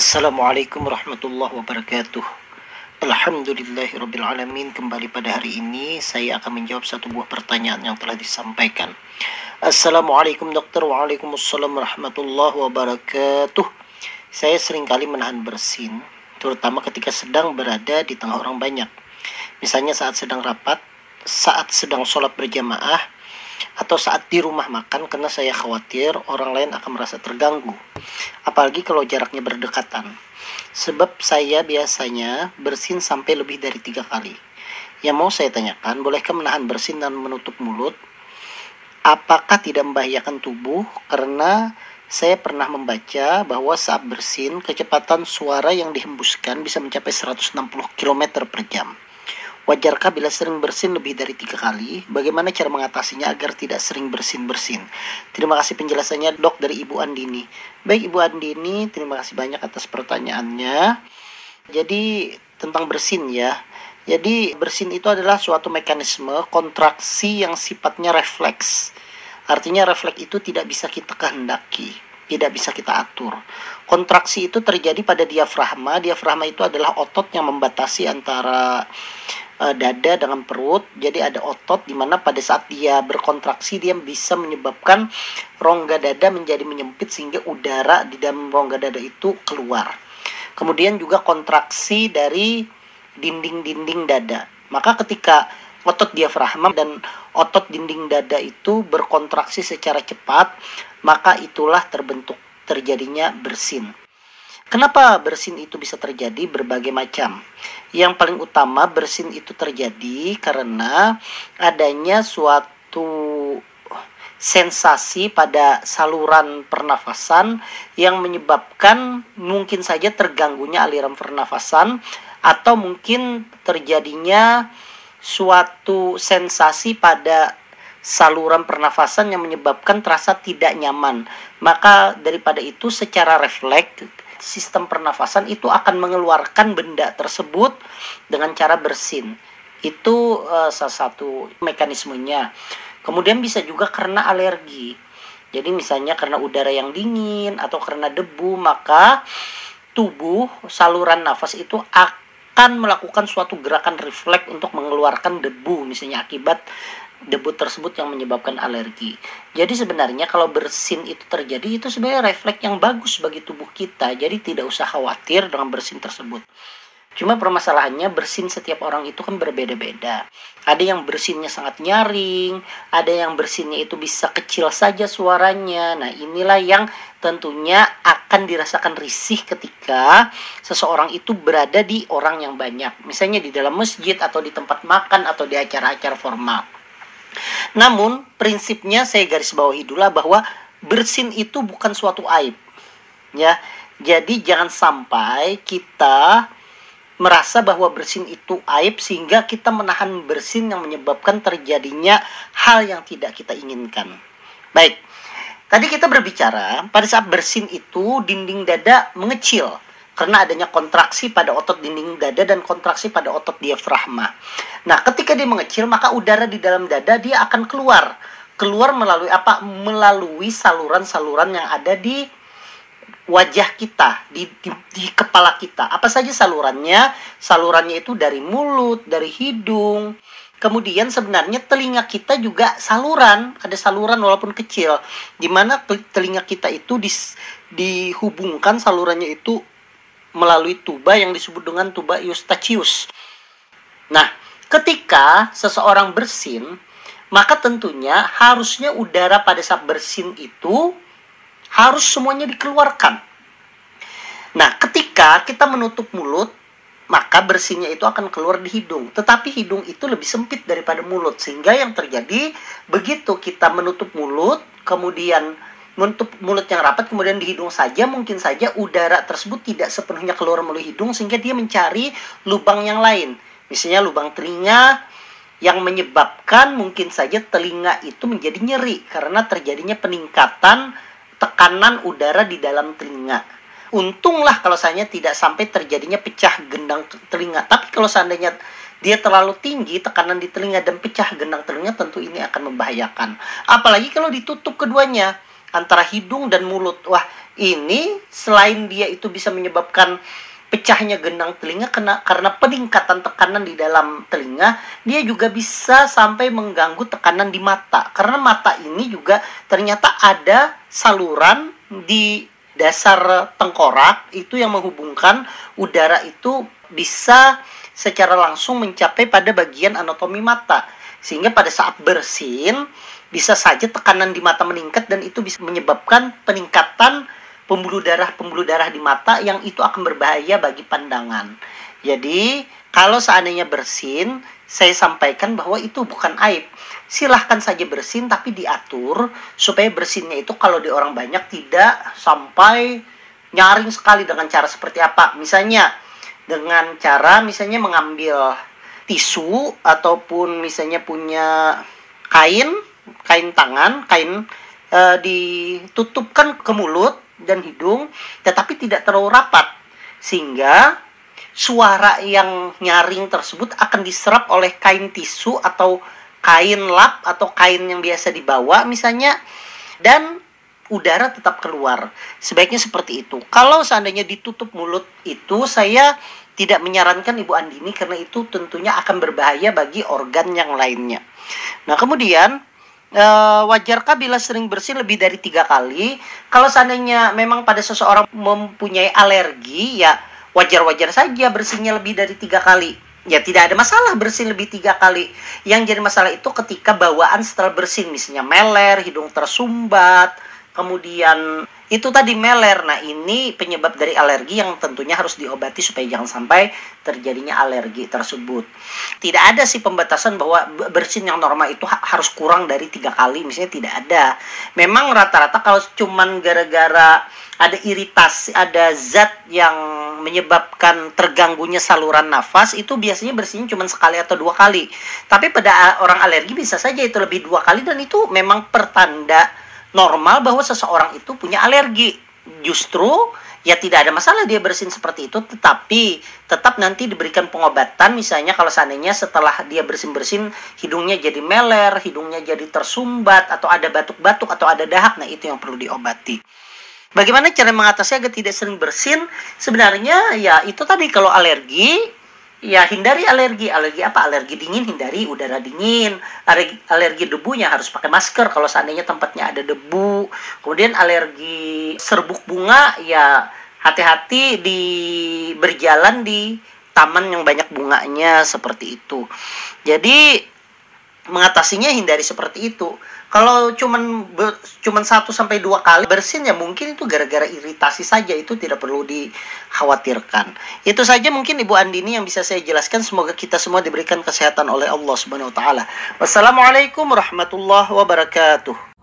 Assalamualaikum warahmatullahi wabarakatuh. Alhamdulillahirrabbilalamin. Kembali pada hari ini saya akan menjawab satu buah pertanyaan yang telah disampaikan. Assalamualaikum dokter. Waalaikumsalam warahmatullahi wabarakatuh. Saya seringkali menahan bersin, terutama ketika sedang berada di tengah orang banyak. Misalnya saat sedang rapat, saat sedang sholat berjamaah, atau saat di rumah makan, karena saya khawatir orang lain akan merasa terganggu, apalagi kalau jaraknya berdekatan. Sebab saya biasanya bersin sampai lebih dari 3 kali. Yang mau saya tanyakan, bolehkah menahan bersin dan menutup mulut? Apakah tidak membahayakan tubuh? Karena saya pernah membaca bahwa saat bersin, kecepatan suara yang dihembuskan bisa mencapai 160 km per jam. Wajarkah bila sering bersin lebih dari 3 kali? Bagaimana cara mengatasinya agar tidak sering bersin-bersin? Terima kasih penjelasannya dok, dari Ibu Andini. Baik Ibu Andini, terima kasih banyak atas pertanyaannya. Jadi tentang bersin ya. Jadi bersin itu adalah suatu mekanisme kontraksi yang sifatnya refleks. Artinya refleks itu tidak bisa kita kehendaki, tidak bisa kita atur. Kontraksi itu terjadi pada diafragma. Diafragma itu adalah otot yang membatasi antara dada dengan perut. Jadi ada otot di mana pada saat dia berkontraksi dia bisa menyebabkan rongga dada menjadi menyempit sehingga udara di dalam rongga dada itu keluar. Kemudian juga kontraksi dari dinding-dinding dada. Maka ketika otot diafragma dan otot dinding dada itu berkontraksi secara cepat, maka itulah terjadinya bersin. Kenapa bersin itu bisa terjadi? Berbagai macam. Yang paling utama bersin itu terjadi karena adanya suatu sensasi pada saluran pernafasan yang menyebabkan mungkin saja terganggunya aliran pernafasan, atau mungkin terjadinya suatu sensasi pada saluran pernafasan yang menyebabkan terasa tidak nyaman. Maka daripada itu secara refleks sistem pernafasan itu akan mengeluarkan benda tersebut dengan cara bersin. Itu salah satu mekanismenya. Kemudian bisa juga karena alergi. Jadi misalnya karena udara yang dingin atau karena debu, maka tubuh saluran nafas itu akan melakukan suatu gerakan refleks untuk mengeluarkan debu, misalnya akibat debu tersebut yang menyebabkan alergi. Jadi sebenarnya kalau bersin itu terjadi, itu sebenarnya refleks yang bagus bagi tubuh kita. Jadi tidak usah khawatir dengan bersin tersebut. Cuma permasalahannya bersin setiap orang itu kan berbeda-beda. Ada yang bersinnya sangat nyaring, ada yang bersinnya itu bisa kecil saja suaranya. Nah inilah yang tentunya akan dirasakan risih ketika seseorang itu berada di orang yang banyak. Misalnya di dalam masjid atau di tempat makan atau di acara-acara formal. Namun prinsipnya saya garis bawahi dulu bahwa bersin itu bukan suatu aib, ya. Jadi jangan sampai kita merasa bahwa bersin itu aib sehingga kita menahan bersin yang menyebabkan terjadinya hal yang tidak kita inginkan. Baik, tadi kita berbicara pada saat bersin itu dinding dada mengecil karena adanya kontraksi pada otot dinding dada dan kontraksi pada otot diafragma. Nah, ketika dia mengecil, maka udara di dalam dada dia akan keluar. Keluar melalui apa? Melalui saluran-saluran yang ada di wajah kita, di kepala kita. Apa saja salurannya? Salurannya itu dari mulut, dari hidung. Kemudian sebenarnya telinga kita juga saluran, ada saluran walaupun kecil, di mana telinga kita itu dihubungkan salurannya itu melalui tuba yang disebut dengan tuba eustachius. Nah, ketika seseorang bersin, maka tentunya harusnya udara pada saat bersin itu harus semuanya dikeluarkan. Nah, ketika kita menutup mulut, maka bersinnya itu akan keluar di hidung. Tetapi hidung itu lebih sempit daripada mulut, sehingga yang terjadi begitu kita menutup mulut, kemudian menutup mulut yang rapat, kemudian di hidung saja, mungkin saja udara tersebut tidak sepenuhnya keluar melalui hidung, sehingga dia mencari lubang yang lain. Misalnya lubang telinga, yang menyebabkan mungkin saja telinga itu menjadi nyeri karena terjadinya peningkatan tekanan udara di dalam telinga. Untunglah kalau seandainya tidak sampai terjadinya pecah gendang telinga. Tapi kalau seandainya dia terlalu tinggi tekanan di telinga dan pecah gendang telinga, tentu ini akan membahayakan. Apalagi kalau ditutup keduanya. antara hidung dan mulut. Wah, ini selain dia itu bisa menyebabkan pecahnya gendang telinga karena peningkatan tekanan di dalam telinga, dia juga bisa sampai mengganggu tekanan di mata. Karena mata ini juga ternyata ada saluran di dasar tengkorak itu yang menghubungkan udara itu bisa secara langsung mencapai pada bagian anatomi mata. Sehingga pada saat bersin bisa saja tekanan di mata meningkat dan itu bisa menyebabkan peningkatan pembuluh darah di mata yang itu akan berbahaya bagi pandangan. Jadi, kalau seandainya bersin, saya sampaikan bahwa itu bukan aib. Silahkan saja bersin, tapi diatur supaya bersinnya itu kalau di orang banyak tidak sampai nyaring sekali. Dengan cara seperti apa? Misalnya, dengan cara misalnya mengambil tisu ataupun misalnya punya kain tangan, ditutupkan ke mulut dan hidung, tetapi tidak terlalu rapat, sehingga suara yang nyaring tersebut akan diserap oleh kain tisu atau kain lap atau kain yang biasa dibawa misalnya, dan udara tetap keluar. Sebaiknya seperti itu. Kalau seandainya ditutup mulut itu, saya tidak menyarankan Ibu Andini karena itu tentunya akan berbahaya bagi organ yang lainnya. Nah, kemudian wajarkah bila sering bersin lebih dari 3 kali? Kalau seandainya memang pada seseorang mempunyai alergi, ya wajar-wajar saja bersinnya lebih dari 3 kali. Ya tidak ada masalah bersin lebih 3 kali. Yang jadi masalah itu ketika bawaan setelah bersin, misalnya meler, hidung tersumbat, kemudian itu tadi meler. Nah, ini penyebab dari alergi yang tentunya harus diobati supaya jangan sampai terjadinya alergi tersebut. Tidak ada sih pembatasan bahwa bersin yang normal itu harus kurang dari 3 kali, misalnya tidak ada. Memang rata-rata kalau cuman gara-gara ada iritasi, ada zat yang menyebabkan terganggunya saluran nafas, itu biasanya bersinnya cuma sekali atau 2 kali. Tapi pada orang alergi bisa saja itu lebih 2 kali, dan itu memang pertanda normal bahwa seseorang itu punya alergi. Justru ya tidak ada masalah dia bersin seperti itu, tetapi tetap nanti diberikan pengobatan. Misalnya kalau seandainya setelah dia bersin-bersin hidungnya jadi meler, hidungnya jadi tersumbat, atau ada batuk-batuk atau ada dahak, nah itu yang perlu diobati. Bagaimana cara mengatasi agar tidak sering bersin? Sebenarnya ya itu tadi, kalau alergi ya hindari alergi. Alergi apa? Alergi dingin, hindari udara dingin. Alergi debunya harus pakai masker kalau seandainya tempatnya ada debu. Kemudian alergi serbuk bunga, ya hati-hati di berjalan di taman yang banyak bunganya, seperti itu. Jadi mengatasinya hindari seperti itu. Kalau cuman 1 sampai 2 kali bersin, ya mungkin itu gara-gara iritasi saja, itu tidak perlu dikhawatirkan. Itu saja mungkin Ibu Andini yang bisa saya jelaskan. Semoga kita semua diberikan kesehatan oleh Allah Subhanahu wa taala. Wassalamualaikum warahmatullahi wabarakatuh.